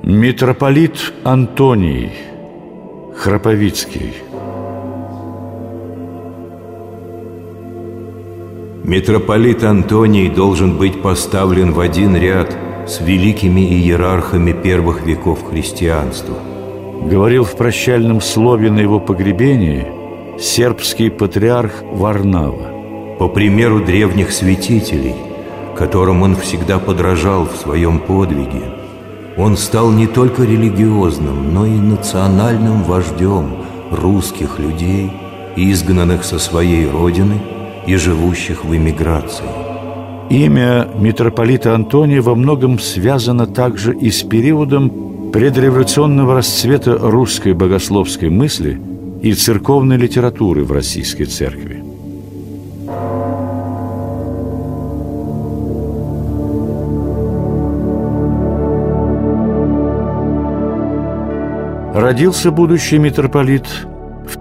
Митрополит Антоний Храповицкий. Митрополит Антоний должен быть поставлен в один ряд с великими иерархами первых веков христианства. Говорил в прощальном слове на его погребении сербский патриарх Варнава. По примеру древних святителей, которым он всегда подражал в своем подвиге, он стал не только религиозным, но и национальным вождем русских людей, изгнанных со своей родины и живущих в эмиграции. Имя митрополита Антония во многом связано также и с периодом предреволюционного расцвета русской богословской мысли и церковной литературы в российской церкви. Родился будущий митрополит в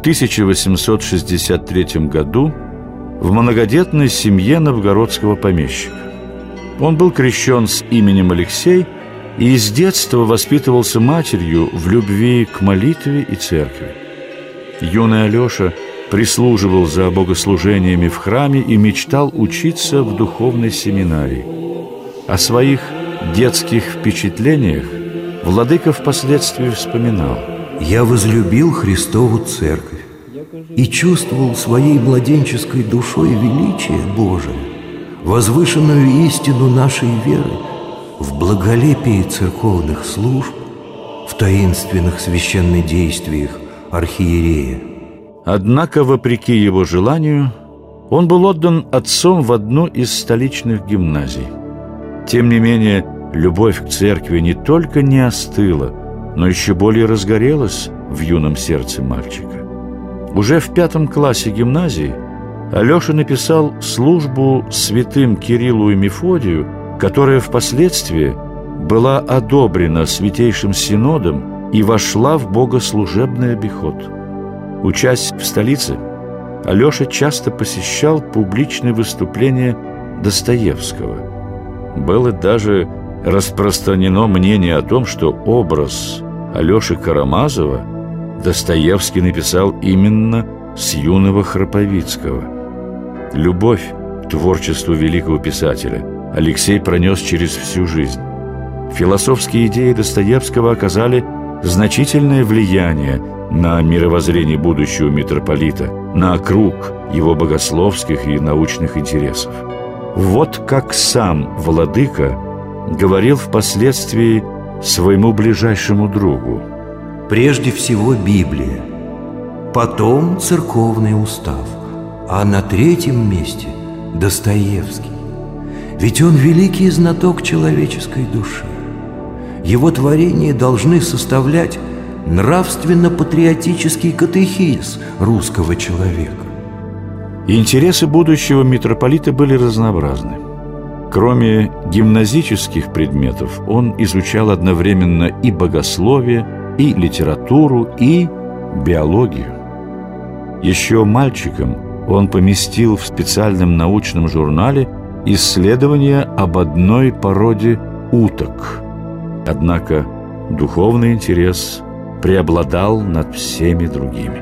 1863 году в многодетной семье новгородского помещика. Он был крещен с именем Алексей и с детства воспитывался матерью в любви к молитве и церкви. Юный Алеша прислуживал за богослужениями в храме и мечтал учиться в духовной семинарии. О своих детских впечатлениях владыка впоследствии вспоминал: «Я возлюбил Христову Церковь и чувствовал своей младенческой душой величие Божие, возвышенную истину нашей веры в благолепии церковных служб, в таинственных священнодействиях архиерея». Однако, вопреки его желанию, он был отдан отцом в одну из столичных гимназий. Тем не менее, любовь к церкви не только не остыла, но еще более разгорелась в юном сердце мальчика. Уже в 5 классе гимназии Алеша написал службу святым Кириллу и Мефодию, которая впоследствии была одобрена Святейшим Синодом и вошла в богослужебный обиход. Учась в столице, Алеша часто посещал публичные выступления Достоевского. Было даже распространено мнение о том, что образ Алеши Карамазова Достоевский написал именно с юного Храповицкого. Любовь к творчеству великого писателя Алексей пронес через всю жизнь. Философские идеи Достоевского оказали значительное влияние на мировоззрение будущего митрополита, на круг его богословских и научных интересов. Вот как сам владыка говорил впоследствии своему ближайшему другу: «Прежде всего Библия, потом церковный устав, а на 3-м месте Достоевский. Ведь он великий знаток человеческой души. Его творения должны составлять нравственно-патриотический катехиз русского человека». Интересы будущего митрополита были разнообразны. Кроме гимназических предметов, он изучал одновременно и богословие, и литературу, и биологию. Еще мальчиком он поместил в специальном научном журнале исследования об одной породе уток. Однако духовный интерес преобладал над всеми другими.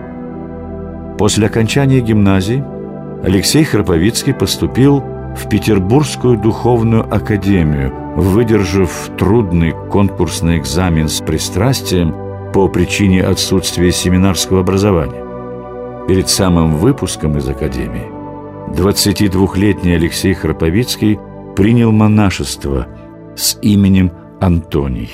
После окончания гимназии Алексей Храповицкий поступил в Петербургскую духовную академию, выдержав трудный конкурсный экзамен с пристрастием по причине отсутствия семинарского образования. Перед самым выпуском из академии 22-летний Алексей Храповицкий принял монашество с именем Антоний.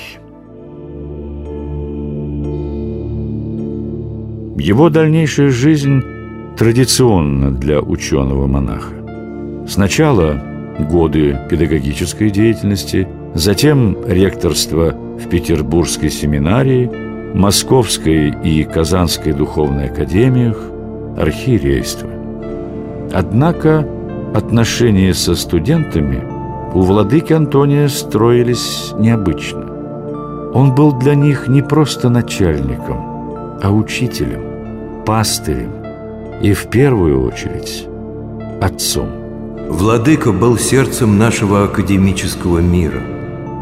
Его дальнейшая жизнь традиционна для ученого-монаха. Сначала годы педагогической деятельности, затем ректорство в Петербургской семинарии, Московской и Казанской духовной академиях, архиерейство. Однако отношения со студентами у владыки Антония строились необычно. Он был для них не просто начальником, а учителем, пастырем и, в первую очередь, отцом. Владыка был сердцем нашего академического мира.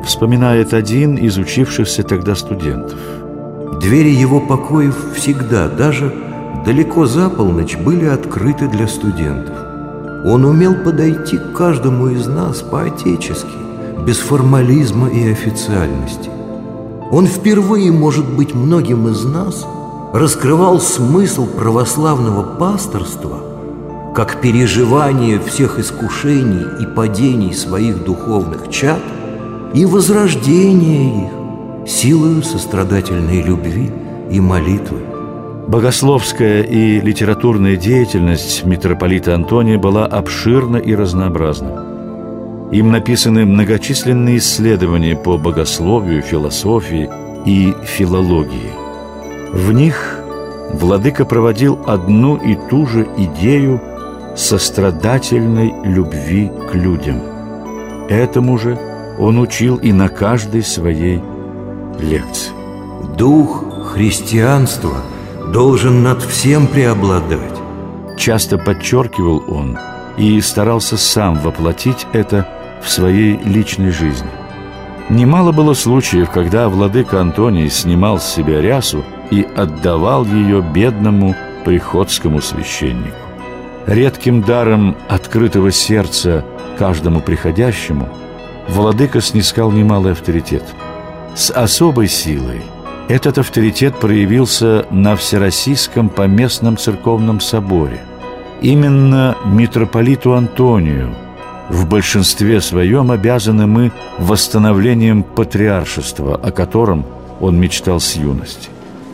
вспоминает один из учившихся тогда студентов. Двери его покоев всегда, даже далеко за полночь, были открыты для студентов. Он умел подойти к каждому из нас по-отечески, без формализма и официальности. Он впервые, может быть, многим из нас раскрывал смысл православного пасторства как переживание всех искушений и падений своих духовных чад и возрождение их силою сострадательной любви и молитвы. Богословская и литературная деятельность митрополита Антония была обширна и разнообразна. Им написаны многочисленные исследования по богословию, философии и филологии. В них владыка проводил одну и ту же идею сострадательной любви к людям. Этому же он учил и на каждой своей лекции. Дух христианства должен над всем преобладать. Часто подчеркивал он и старался сам воплотить это в своей личной жизни. Немало было случаев, когда владыка Антоний снимал с себя рясу и отдавал ее бедному приходскому священнику. Редким даром открытого сердца каждому приходящему владыка снискал немалый авторитет. С особой силой этот авторитет проявился на Всероссийском поместном церковном соборе. Именно митрополиту Антонию в большинстве своем обязаны мы восстановлением патриаршества, о котором он мечтал с юности.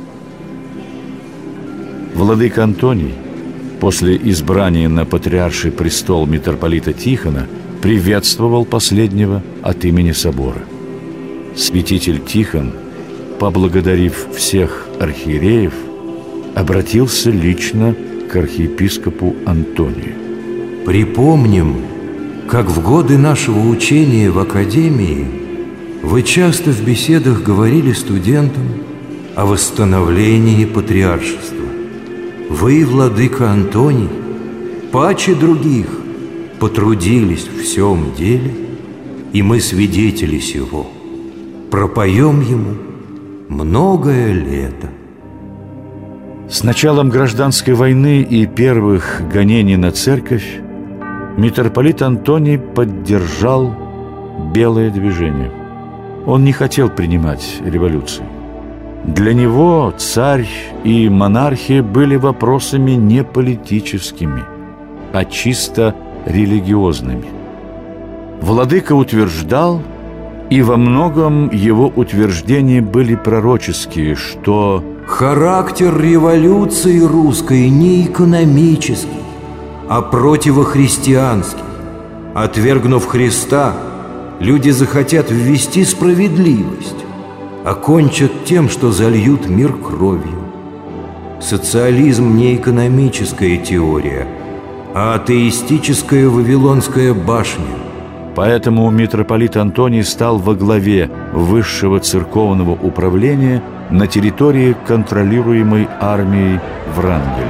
Владыка Антоний после избрания на патриарший престол митрополита Тихона приветствовал последнего от имени собора. Святитель Тихон, поблагодарив всех архиереев, обратился лично к архиепископу Антонию. Припомним, как в годы нашего учения в академии вы часто в беседах говорили студентам о восстановлении патриаршества. Вы, владыка Антоний, паче других потрудились в всем деле, и мы свидетели сего. Пропоем ему многое лето. С началом гражданской войны и первых гонений на церковь митрополит Антоний поддержал белое движение. Он не хотел принимать революции. Для него царь и монархия были вопросами не политическими, а чисто религиозными. Владыка утверждал, и во многом его утверждения были пророческие, что характер революции русской не экономический, а противохристианский. Отвергнув Христа, люди захотят ввести справедливость, окончат тем, что зальют мир кровью. Социализм не экономическая теория, а атеистическая Вавилонская башня. Поэтому митрополит Антоний стал во главе высшего церковного управления на территории, контролируемой армией Врангеля.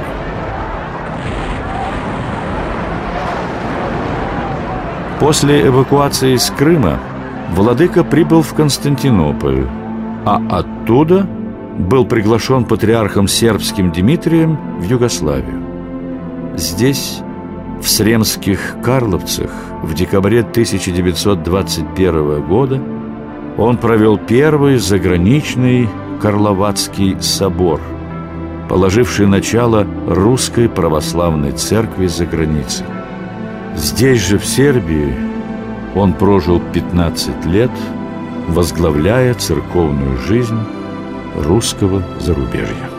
После эвакуации из Крыма владыка прибыл в Константинополь, а оттуда был приглашен патриархом сербским Димитрием в Югославию. Здесь, в Сремских Карловцах, в декабре 1921 года он провел первый заграничный Карловацкий собор, положивший начало русской православной церкви за границей. Здесь же, в Сербии, он прожил 15 лет, возглавляя церковную жизнь русского зарубежья.